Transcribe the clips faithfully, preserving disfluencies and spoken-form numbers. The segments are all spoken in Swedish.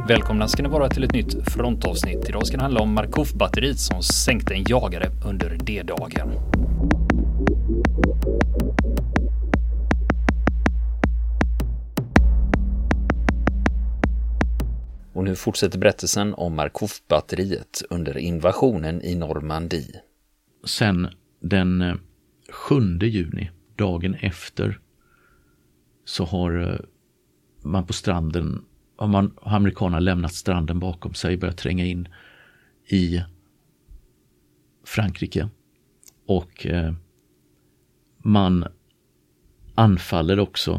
Välkomna ska ni vara till ett nytt frontavsnitt. Idag ska det handla om Markov-batteriet som sänkte en jagare under D-dagen. Och nu fortsätter berättelsen om Markov-batteriet under invasionen i Normandie. Sen den sjunde juni, dagen efter, så har man på stranden, har man, har amerikanerna lämnat stranden bakom sig, börjat tränga in i Frankrike. Och eh, man anfaller också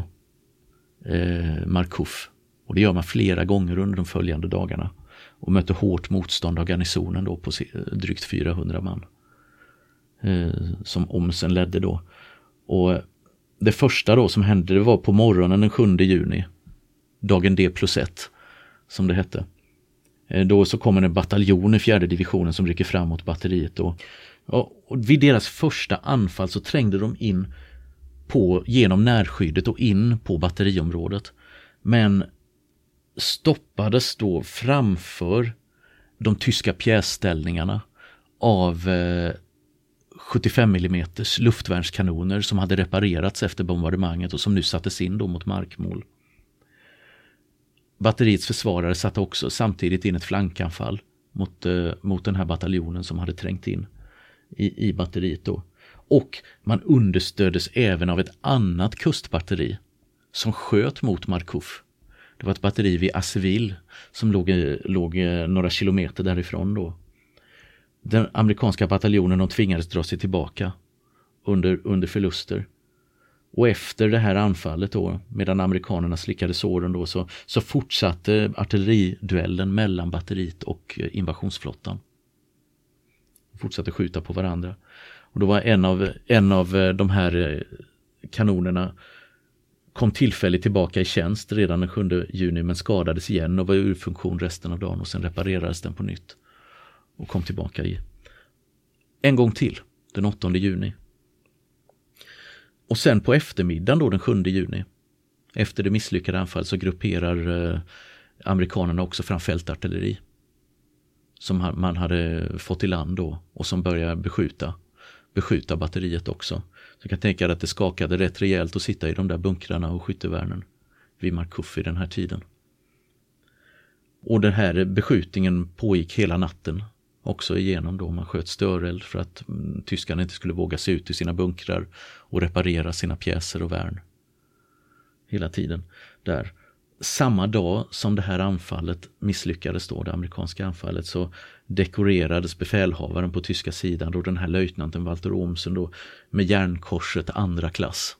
eh, Markov. Och det gör man flera gånger under de följande dagarna. Och möter hårt motstånd av garnisonen då på drygt fyrahundra man. Eh, som Omsen ledde då. Och det första då som hände, det var på morgonen den sjunde juni. Dagen D plus ett, som det hette. Eh, då så kommer en bataljon i fjärde divisionen som rycker fram mot batteriet då. Och, och vid deras första anfall så trängde de in på, genom närskyddet och in på batteriområdet. Men stoppades då framför de tyska pjäsställningarna av eh, sjuttiofem millimeter luftvärnskanoner som hade reparerats efter bombardemanget och som nu sattes in då mot markmål. Batteriets försvarare satte också samtidigt in ett flankanfall mot, eh, mot den här bataljonen som hade trängt in i, i batteriet då. Och man understöddes även av ett annat kustbatteri som sköt mot Markov. Det var ett batteri vid Asseville som låg, låg några kilometer därifrån då. Den amerikanska bataljonen de tvingades dra sig tillbaka under, under förluster. Och efter det här anfallet då, medan amerikanerna slickade såren då, så, så fortsatte artilleriduellen mellan batteriet och invasionsflottan. De fortsatte skjuta på varandra. Och då var en av, en av de här kanonerna kom tillfälligt tillbaka i tjänst redan den sjunde juni men skadades igen och var ur funktion resten av dagen och sen reparerades den på nytt och kom tillbaka i en gång till den åttonde juni. Och sen på eftermiddagen då den sjunde juni, efter det misslyckade anfall, så grupperar eh, amerikanerna också fram fältartilleri som man hade fått i land då och som börjar beskjuta beskjuta batteriet också. Så jag kan tänka att det skakade rätt rejält att sitta i de där bunkrarna och skyttevärnen vid Markov i den här tiden. Och den här beskjutningen pågick hela natten också igenom då. Man sköt störeld för att mm, tyskarna inte skulle våga sig ut i sina bunkrar och reparera sina pjäser och värn. Hela tiden där. Samma dag som det här anfallet misslyckades då, det amerikanska anfallet, så dekorerades befälhavaren på tyska sidan då, den här löjtnanten Walter Omsen då, med järnkorset andra klass.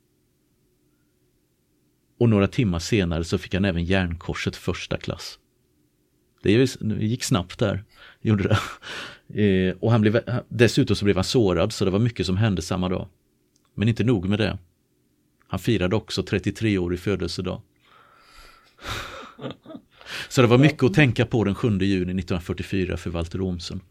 Och några timmar senare så fick han även järnkorset första klass. Det gick snabbt där, gjorde det. Eh, och han blev, dessutom så blev han sårad, så det var mycket som hände samma dag. Men inte nog med det. Han firade också trettiotre år i födelsedag. Så det var mycket att tänka på den sjunde juni nittonhundrafyrtiofyra för Walter Omsen.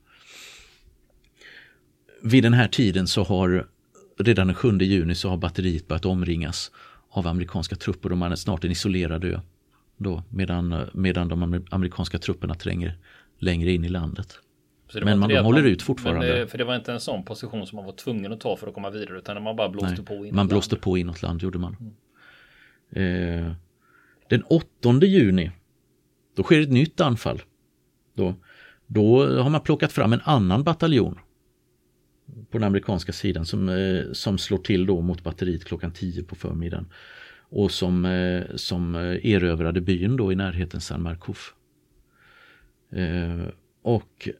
Vid den här tiden så har redan den sjunde juni så har batteriet börjat omringas av amerikanska trupper och man är snart en isolerad ö då, medan, medan de amerikanska trupperna tränger längre in i landet. Men man, de håller man, ut fortfarande. Det, för det var inte en sån position som man var tvungen att ta för att komma vidare, utan man bara blåste Nej, på inåt man blåste land. på inåt land, gjorde man. Mm. Eh, den åttonde juni då sker ett nytt anfall. Då, då har man plockat fram en annan bataljon på den amerikanska sidan som, eh, som slår till då mot batteriet klockan tio på förmiddagen och som, eh, som erövrade byn då i närheten San Markov. Eh, och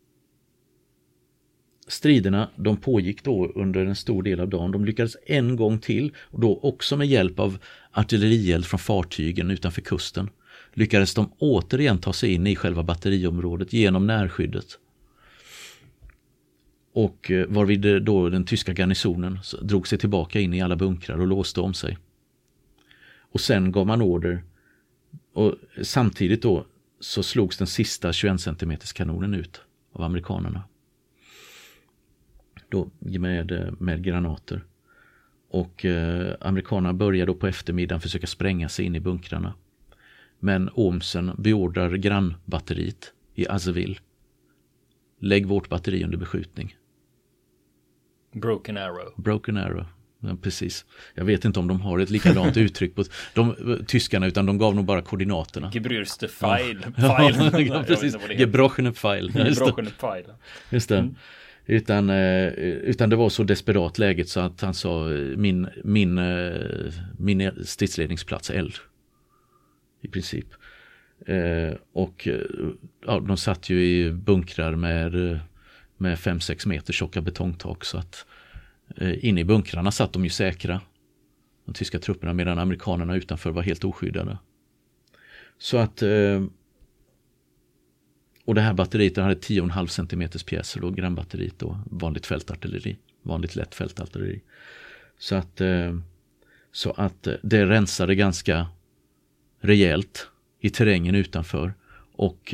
striderna de pågick då under en stor del av dagen. De lyckades en gång till och då också med hjälp av artillerield från fartygen utanför kusten lyckades de återigen ta sig in i själva batteriområdet genom närskyddet. Och varvid då den tyska garnisonen drog sig tillbaka in i alla bunkrar och låste om sig. Och sen gav man order och samtidigt då så slogs den sista tjugoen centimeters kanonen ut av amerikanerna. Då med, med granater. Och eh, amerikanerna började då på eftermiddagen försöka spränga sig in i bunkrarna. Men Ormsen beordrar grannbatteriet i Azeville. Lägg vårt batteri under beskjutning. Broken Arrow. Broken Arrow, ja, precis. Jag vet inte om de har ett likadant uttryck på de, tyskarna, utan de gav nog bara koordinaterna. Gebrürste Pfeil. Ja, ja, precis. Gebrochene Pfeil. Gebrochene Pfeil. Just det. Mm. Utan, utan det var så desperat läget så att han sa min, min, min stridsledningsplats eld. I princip. Och ja, de satt ju i bunkrar med, med fem sex meter tjocka betongtak, så att inne i bunkrarna satt de ju säkra, de tyska trupperna, medan amerikanerna utanför var helt oskyddade. Så att och det här batteriet hade tio komma fem centimeters pjäser då, grannbatteriet då, vanligt fältartilleri, vanligt lätt fältartilleri. Så att, så att det rensade ganska rejält i terrängen utanför, och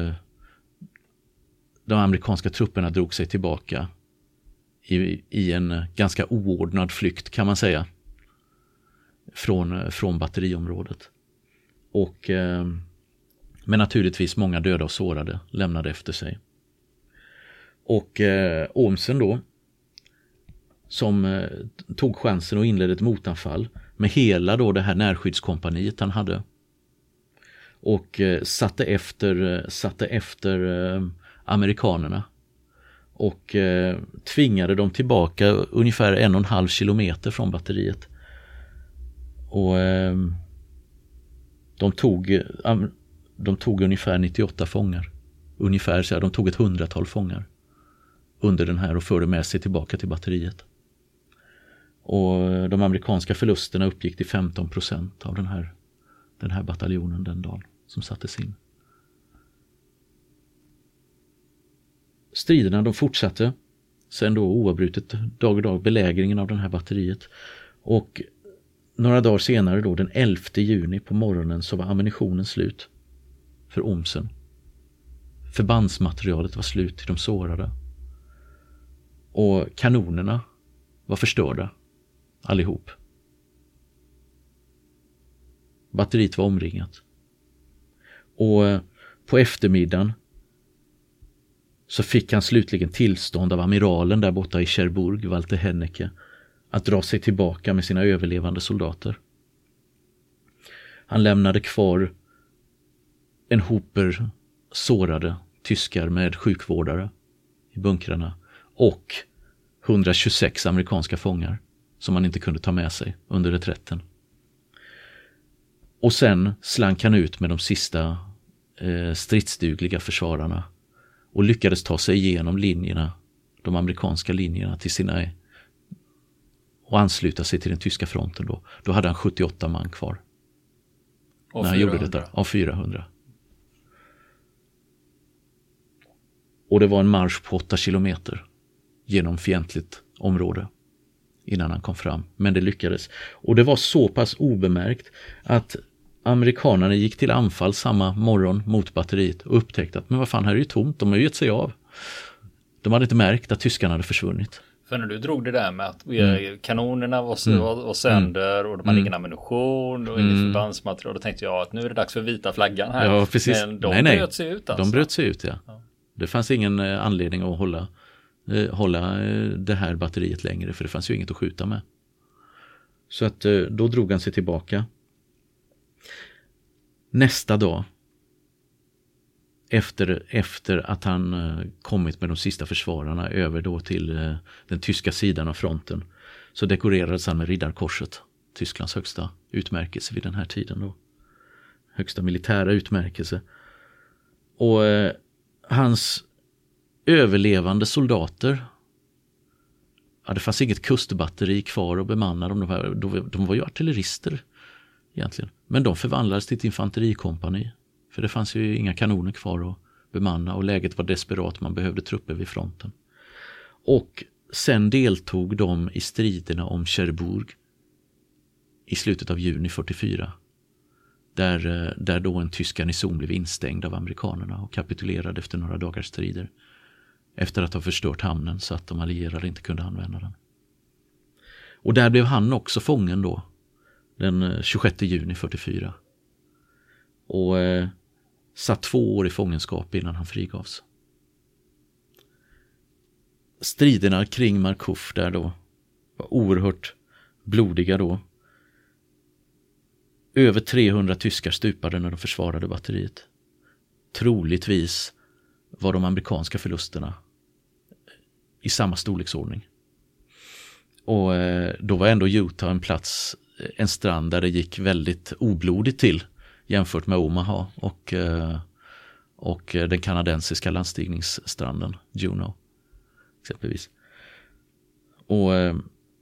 de amerikanska trupperna drog sig tillbaka i, i en ganska oordnad flykt, kan man säga, från, från batteriområdet. Och men naturligtvis många döda och sårade lämnade efter sig. Och eh, Ormsen då, som eh, tog chansen och inledde ett motanfall med hela då det här närskyddskompaniet han hade. Och eh, satte efter, eh, satte efter eh, amerikanerna. Och eh, tvingade dem tillbaka ungefär en och en halv kilometer från batteriet. Och eh, de tog... Eh, De tog ungefär nittioåtta fångar. Ungefär så här, de tog ett hundratal fångar under den här och förde med sig tillbaka till batteriet. Och de amerikanska förlusterna uppgick till femton procent av den här, den här bataljonen den dagen som sattes in. Striderna de fortsatte sen då oavbrutet dag och dag, belägringen av den här batteriet. Och några dagar senare då, den elfte juni på morgonen, så var ammunitionen slut för Ormsen. Förbandsmaterialet var slut till de sårade. Och kanonerna var förstörda. Allihop. Batteriet var omringat. Och på eftermiddagen så fick han slutligen tillstånd av amiralen där borta i Cherbourg, Walter Hennecke, att dra sig tillbaka med sina överlevande soldater. Han lämnade kvar en hoper sårade tyskar med sjukvårdare i bunkrarna och hundratjugosex amerikanska fångar som man inte kunde ta med sig under reträtten. Och sen slank han ut med de sista eh, stridsdugliga försvararna och lyckades ta sig igenom linjerna, de amerikanska linjerna till sina och ansluta sig till den tyska fronten då. Då hade han sjuttioåtta man kvar. Och när han gjorde detta. Av fyrahundra. Och det var en marsch på åtta kilometer genom fientligt område innan han kom fram. Men det lyckades. Och det var så pass obemärkt att amerikanerna gick till anfall samma morgon mot batteriet och upptäckte att men vad fan, här är ju tomt, de har ju gett sig av. De hade inte märkt att tyskarna hade försvunnit. För när du drog det där med att mm. kanonerna var, mm. var sönder och de hade mm. ingen ammunition och inget mm. förbandsmaterial, då tänkte jag att nu är det dags för vita flaggan här. Ja, precis. Men de nej, nej. bröt sig ut alltså. De bröt sig ut, ja. ja. Det fanns ingen eh, anledning att hålla, eh, hålla eh, det här batteriet längre, för det fanns ju inget att skjuta med. Så att eh, då drog han sig tillbaka. Nästa dag, efter, efter att han eh, kommit med de sista försvararna över då till eh, den tyska sidan av fronten, så dekorerades han med Riddarkorset, Tysklands högsta utmärkelse vid den här tiden då. Högsta militära utmärkelse. Och eh, hans överlevande soldater, ja, det fanns inget kustbatteri kvar att bemanna dem. De var, de, de var ju artillerister egentligen. Men de förvandlades till ett infanterikompani. För det fanns ju inga kanoner kvar att bemanna och läget var desperat. Man behövde trupper vid fronten. Och sen deltog de i striderna om Cherbourg i slutet av juni fyrtiofyra. Där, där då en tysk garnison blev instängd av amerikanerna och kapitulerade efter några dagars strider. Efter att ha förstört hamnen så att de allierade inte kunde använda den. Och där blev han också fången då. Den tjugosjätte juni fyrtiofyra. och eh, satt två år i fångenskap innan han frigavs. Striderna kring Marcouf där då var oerhört blodiga då. Över trehundra tyskar stupade när de försvarade batteriet. Troligtvis var de amerikanska förlusterna i samma storleksordning. Och eh, då var ändå Utah en plats, en strand där det gick väldigt oblodigt till jämfört med Omaha och, eh, och den kanadensiska landstigningsstranden Juneau exempelvis. Och eh,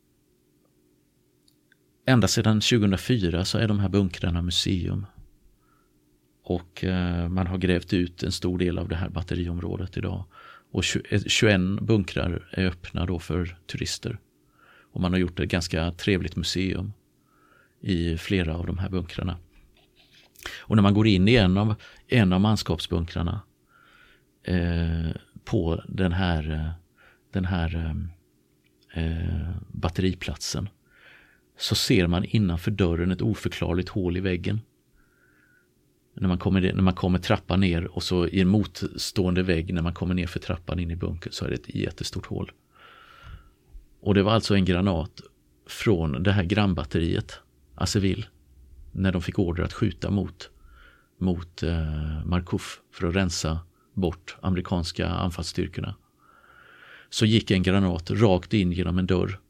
ända sedan tjugohundrafyra så är de här bunkrarna museum. Och eh, man har grävt ut en stor del av det här batteriområdet idag. Och tjugoett bunkrar är öppna då för turister. Och man har gjort ett ganska trevligt museum i flera av de här bunkrarna. Och när man går in i en av, en av manskapsbunkrarna eh, på den här, den här eh, batteriplatsen så ser man innanför dörren ett oförklarligt hål i väggen. När man kommer, när man kommer trappan ner och så i en motstående vägg när man kommer ner för trappan in i bunkern så är det ett jättestort hål. Och det var alltså en granat från det här grannbatteriet, Asseville, när de fick order att skjuta mot, mot eh, Marcouf för att rensa bort amerikanska anfallsstyrkorna. Så gick en granat rakt in genom en dörr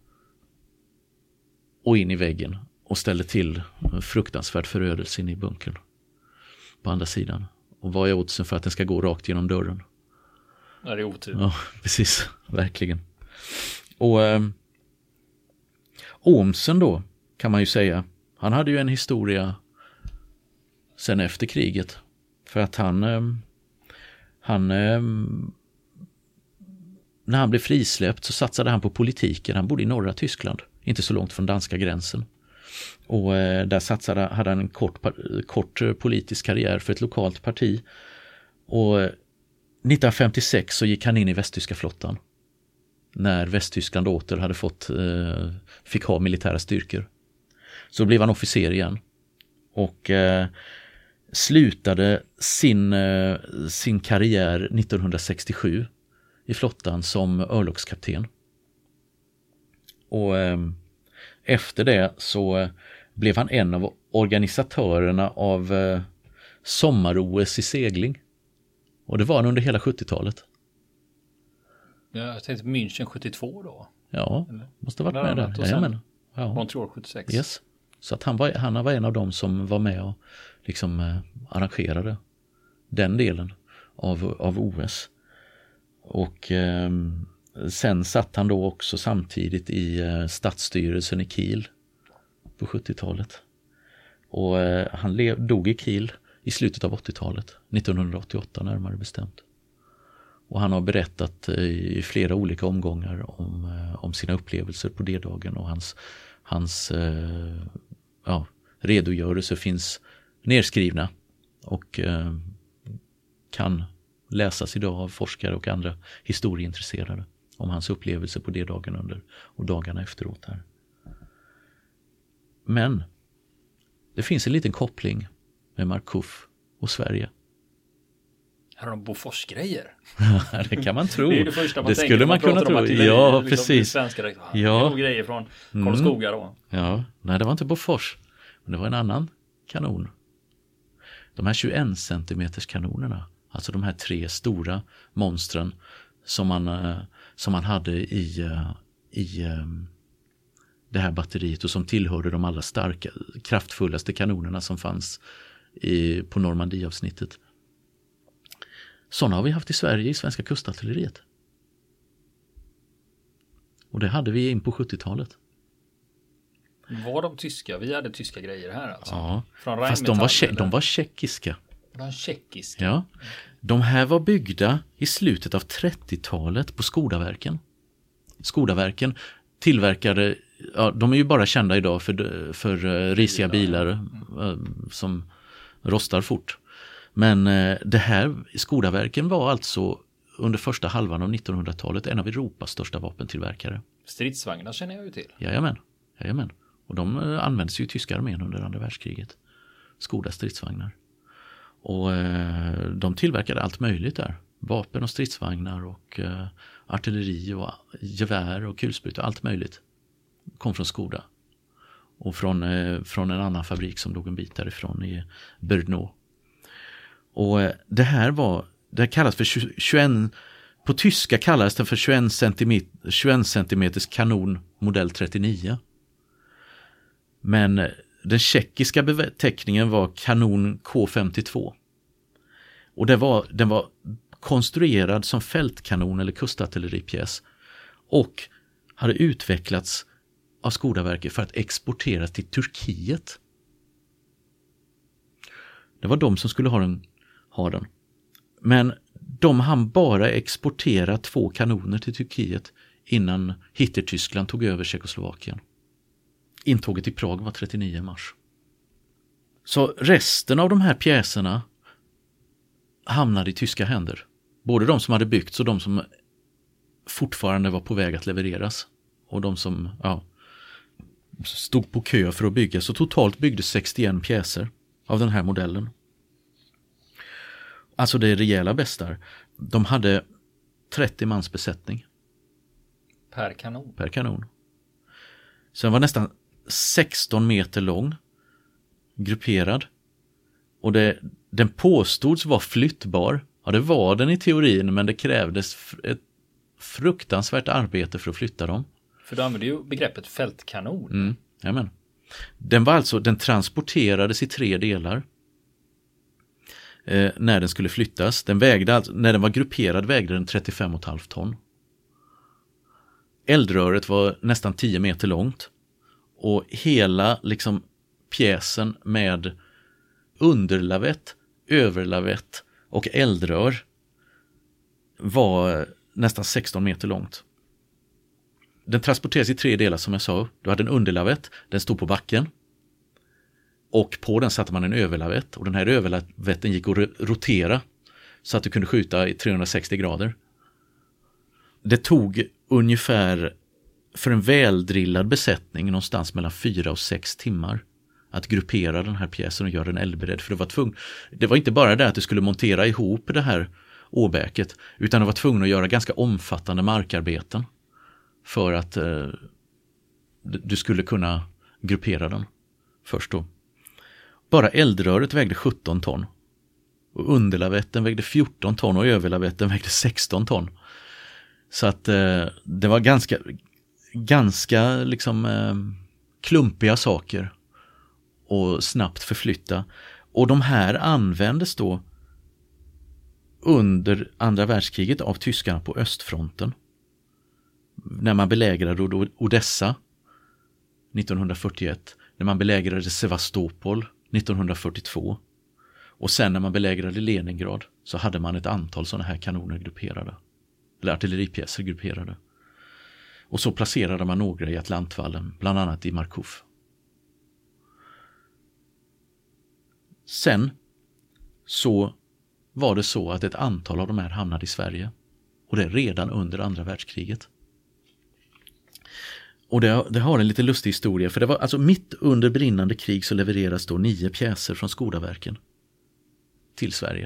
och in i väggen och ställde till fruktansvärd förödelse in i bunkern på andra sidan. Och vad är oddsen för att den ska gå rakt genom dörren? Ja, det är otur. Ja, precis. Verkligen. Och eh, Omsen då kan man ju säga, han hade ju en historia sen efter kriget. För att han eh, han eh, när han blev frisläppt så satsade han på politiken. Han bodde i norra Tyskland, inte så långt från danska gränsen. Och eh, där satsade, hade han en kort, kort politisk karriär för ett lokalt parti. Och nittonhundrafemtiosex så gick han in i västtyska flottan. När Västtyskland åter hade fått, eh, fick ha militära styrkor. Så blev han officer igen. Och eh, slutade sin, eh, sin karriär nittonhundrasextiosju i flottan som örlogskapten. Och eh, efter det så eh, blev han en av organisatörerna av eh, sommar-O S i segling. Och det var han under hela sjuttiotalet. Ja, jag tänkte München sjuttiotvå då. Ja, Eller? måste ha varit Eller med annat, där. och sen Jajamän. Ja. Montreal sjuttiosex. Yes. Så att han var, han var en av dem som var med och liksom eh, arrangerade den delen av, av O S. Och eh, sen satt han då också samtidigt i eh, stadsstyrelsen i Kiel på sjuttiotalet. Och eh, han lev, dog i Kiel i slutet av åttiotalet, nittonhundraåttioåtta närmare bestämt. Och han har berättat eh, i flera olika omgångar om, eh, om sina upplevelser på D-dagen och hans, hans eh, ja, redogörelser finns nedskrivna och eh, kan läsas idag av forskare och andra historieintresserade om hans upplevelser på D-dagen under och dagarna efteråt här. Men det finns en liten koppling med Marcouf och Sverige. Här har de Bofors-grejer. Det kan man tro. Det är det första man det tänker. skulle man, man kunna tro. Artilleri, ja, liksom, precis. Svenska, ja. Det grejer från Karlskoga då. Mm. Ja, nej det var inte Bofors. Men det var en annan kanon. De här tjugoett centimeters kanonerna. Alltså de här tre stora monstren som man, som man hade i, i det här batteriet och som tillhörde de allra starka, kraftfullaste kanonerna som fanns i, på Normandie-avsnittet. Sådana har vi haft i Sverige i svenska kustartilleriet. Och det hade vi in på sjuttiotalet. Var de tyska? Vi hade tyska grejer här alltså. Ja, från fast de var, tje- de var tjeckiska. De tjeckiska? Ja. De här var byggda i slutet av trettiotalet på Skodaverken. Skodaverken tillverkade, ja, de är ju bara kända idag för, för uh, risiga bilar uh, som rostar fort. Men uh, det här, Skodaverken var alltså under första halvan av nittonhundratalet en av Europas största vapentillverkare. Stridsvagnar känner jag ju till. Jajamän, jajamän. Och de uh, användes ju i tyska armén under andra världskriget. Skoda stridsvagnar. Och eh, de tillverkade allt möjligt där. Vapen och stridsvagnar och eh, artilleri och gevär och kulsprutor, allt möjligt. Kom från Skoda. Och från, eh, från en annan fabrik som låg en bit därifrån i Brno. Och eh, det här var, det kallas för tjugoett, på tyska kallas det för tjugoett centimeters kanon modell trettionio. Men eh, den tjeckiska beteckningen var kanon K femtiotvå. Och det var, den var konstruerad som fältkanon eller kustartilleripjäs och hade utvecklats av Skodaverket för att exporteras till Turkiet. Det var de som skulle ha den. Ha den. Men de hann bara exportera två kanoner till Turkiet innan Hitler-Tyskland tog över Tjeckoslovakien. Intåget i Prag var trettionio mars. Så resten av de här pjäserna hamnade i tyska händer. Både de som hade byggts och de som fortfarande var på väg att levereras. Och de som ja, stod på kö för att bygga. Så totalt byggdes sextioen pjäser av den här modellen. Alltså det är rejäla bästar. De hade trettio mans besättning. Per kanon? Per kanon. Så den var nästan sexton meter lång. Grupperad. Och det, den påstods vara flyttbar. Ja, det var den i teorin, men det krävdes ett fruktansvärt arbete för att flytta dem. För du använder ju begreppet fältkanon. Mm, jamen. Den var alltså, den transporterades i tre delar. Eh, när den skulle flyttas. Den vägde alltså, när den var grupperad vägde den trettiofem komma fem ton. Eldröret var nästan tio meter långt. Och hela liksom pjäsen med underlavett, överlavett och eldrör var nästan sexton meter långt. Den transporteras i tre delar som jag sa. Du hade en underlavett, den stod på backen. Och på den satte man en överlavett. Och den här överlavetten gick att rotera så att du kunde skjuta i trehundrasextio grader. Det tog ungefär för en väldrillad besättning någonstans mellan fyra och sex timmar att gruppera den här pjäsen och göra den eldberedd. För det var tvungen, det var inte bara det att du skulle montera ihop det här åbäket, utan du var tvungen att göra ganska omfattande markarbeten för att eh, du skulle kunna gruppera den först då. Bara eldröret vägde sjutton ton. Och underlavetten vägde fjorton ton och överlavetten vägde sexton ton. Så att eh, det var ganska, ganska liksom eh, klumpiga saker och snabbt förflytta. Och de här användes då under andra världskriget av tyskarna på östfronten. När man belägrade Odessa nittonhundrafyrtioett. När man belägrade Sevastopol nittonhundrafyrtiotvå. Och sen när man belägrade Leningrad så hade man ett antal sådana här kanoner grupperade. Eller artilleripjäser grupperade. Och så placerade man några i Atlantvallen, bland annat i Markov. Sen så var det så att ett antal av de här hamnade i Sverige. Och det redan under andra världskriget. Och det, det har en lite lustig historia, för det var alltså mitt under brinnande krig så levereras då nio pjäser från Skodaverken till Sverige.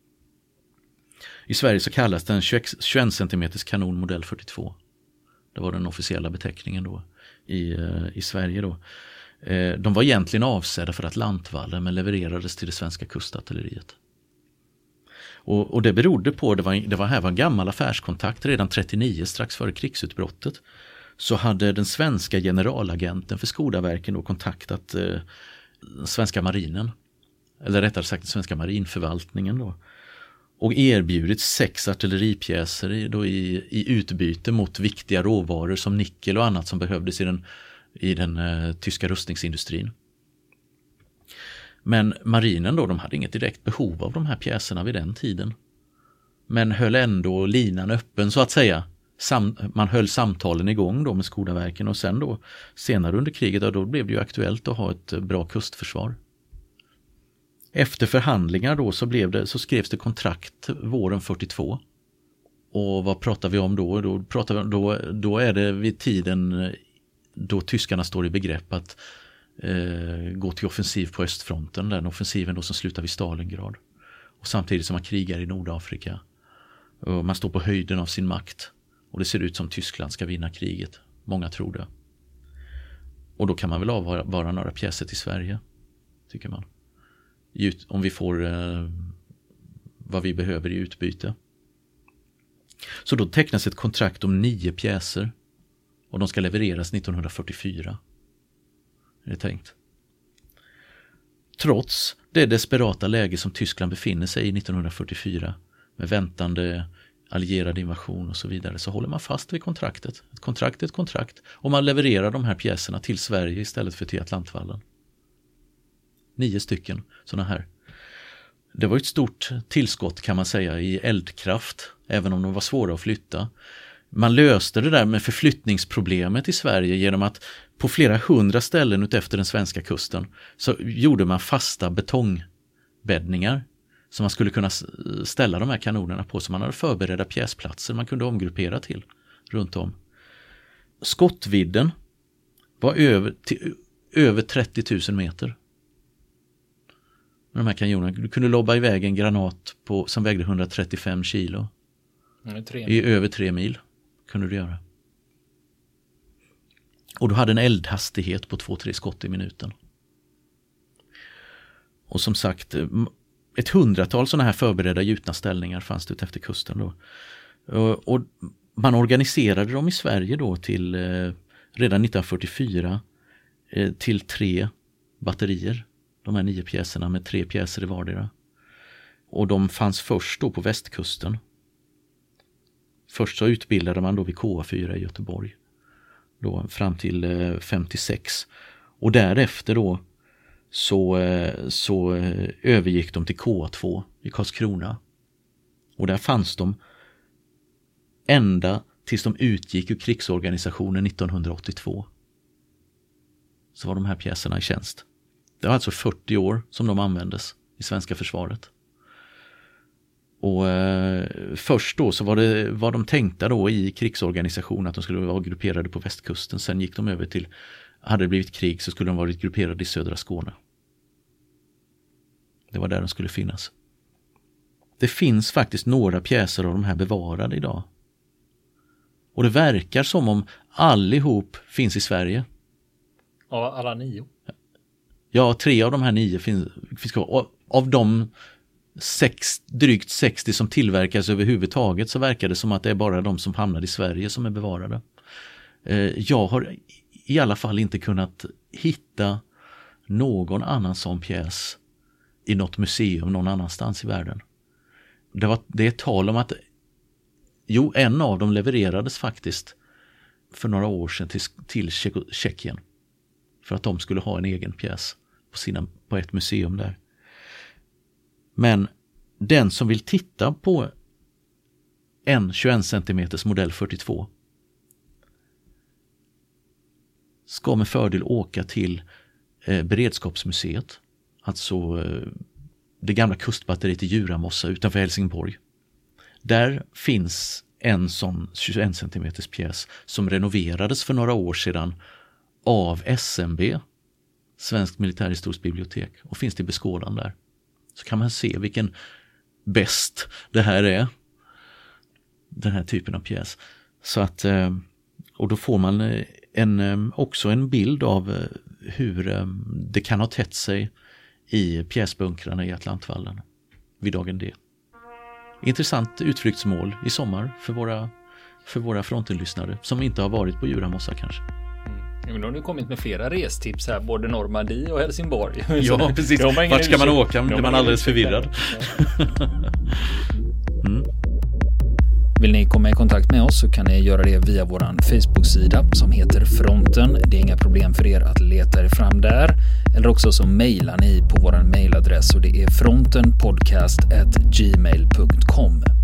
I Sverige så kallas den tjugoett centimeters kanon modell fyrtiotvå. Det var den officiella beteckningen då i, i Sverige då. De var egentligen avsedda för Atlantvallen men levererades till det svenska kustartilleriet. Och, och det berodde på, det var, det var här var en gammal affärskontakt redan trettionio strax före krigsutbrottet. Så hade den svenska generalagenten för Skodaverken då kontaktat eh, den svenska marinen. Eller rättare sagt den svenska marinförvaltningen då. Och erbjudit sex artilleripjäser i, då i, i utbyte mot viktiga råvaror som nickel och annat som behövdes i den, i den eh, tyska rustningsindustrin. Men marinen då, de hade inget direkt behov av de här pjäserna vid den tiden. Men höll ändå linan öppen så att säga. Sam, man höll samtalen igång då med Skodaverken och sen då senare under kriget då, då blev det ju aktuellt att ha ett bra kustförsvar. Efter förhandlingar då så, blev det, så skrevs det kontrakt våren fyrtiotvå. Och vad pratar vi om då? Då, pratar vi, då, då är det vid tiden då tyskarna står i begrepp att eh, gå till offensiv på östfronten. Den offensiven då som slutar vid Stalingrad. Och samtidigt som man krigar i Nordafrika. Och man står på höjden av sin makt. Och det ser ut som Tyskland ska vinna kriget. Många tror det. Och då kan man väl avvara några pjäser till Sverige, tycker man. Om vi får eh, vad vi behöver i utbyte. Så då tecknas ett kontrakt om nio pjäser. Och de ska levereras nittonhundrafyrtiofyra. Är det tänkt. Trots det desperata läge som Tyskland befinner sig i nittonhundrafyrtiofyra. Med väntande allierad invasion och så vidare. Så håller man fast vid kontraktet. Ett kontrakt är ett kontrakt. Och man levererar de här pjäserna till Sverige istället för till Atlantvallen. Nio stycken sådana här. Det var ett stort tillskott kan man säga i eldkraft. Även om de var svåra att flytta. Man löste det där med förflyttningsproblemet i Sverige genom att på flera hundra ställen utefter den svenska kusten så gjorde man fasta betongbäddningar som man skulle kunna ställa de här kanonerna på, så man hade förberedda pjäsplatser man kunde omgruppera till runt om. Skottvidden var över, till, över trettio tusen meter. Med de här kanonerna. Du kunde lobba iväg en granat på, som vägde hundratrettiofem kilo. I över tre mil kunde du göra. Och du hade en eldhastighet på två tre skott i minuten. Och som sagt, ett hundratal sådana här förberedda gjutna ställningar fanns det ut efter kusten då. Och man organiserade dem i Sverige då till redan nittonhundrafyrtiofyra till tre batterier. De här nio pjäserna med tre pjäser i vardera. Och de fanns först då på västkusten. Först så utbildade man då vid K A fyra i Göteborg. Då fram till femtiosex. Och därefter då så, så övergick de till K A två i Karlskrona. Och där fanns de ända tills de utgick ur krigsorganisationen nittonhundraåttiotvå. Så var de här pjäserna i tjänst. Det var alltså fyrtio år som de användes i svenska försvaret. Och eh, först då så var det var de tänkta då i krigsorganisationen att de skulle vara grupperade på västkusten. Sen gick de över till, hade det blivit krig så skulle de varit grupperade i södra Skåne. Det var där de skulle finnas. Det finns faktiskt några pjäser av de här bevarade idag. Och det verkar som om allihop finns i Sverige. Ja, alla nio. Ja, tre av de här nio finns, finns kvar. Och av de sex, drygt sextio som tillverkas överhuvudtaget så verkar det som att det är bara de som hamnar i Sverige som är bevarade. Jag har i alla fall inte kunnat hitta någon annan sån pjäs i något museum någon annanstans i världen. Det, var, det är tal om att jo, en av dem levererades faktiskt för några år sedan till, till Tjeckien för att de skulle ha en egen pjäs på, sina, på ett museum där. Men den som vill titta på en tjugoen centimeters modell fyrtiotvå ska med fördel åka till eh, Beredskapsmuseet, alltså eh, det gamla kustbatteriet i Djuramossa utanför Helsingborg. Där finns en sån tjugoen centimeters pjäs som renoverades för några år sedan av S M B, Svenskt militärhistoriskt bibliotek, och finns till beskådan där. Så kan man se vilken bäst det här är. Den här typen av pjäs. Så att, och då får man en, också en bild av hur det kan ha tätt sig i pjäsbunkrarna i Atlantvallen vid dagen D. Intressant utflyktsmål i sommar för våra, för våra frontenlyssnare som inte har varit på Djuramossa kanske. Mm. Nu har du kommit med flera restips här, både Normandie och Helsingborg. Ja, precis. Vart ska man åka om man är alldeles förvirrad? Mm. Vill ni komma i kontakt med oss så kan ni göra det via vår Facebook-sida som heter Fronten. Det är inga problem för er att leta er fram där. Eller också så mejlar ni på vår mejladress och det är frontenpodcast at gmail punkt com.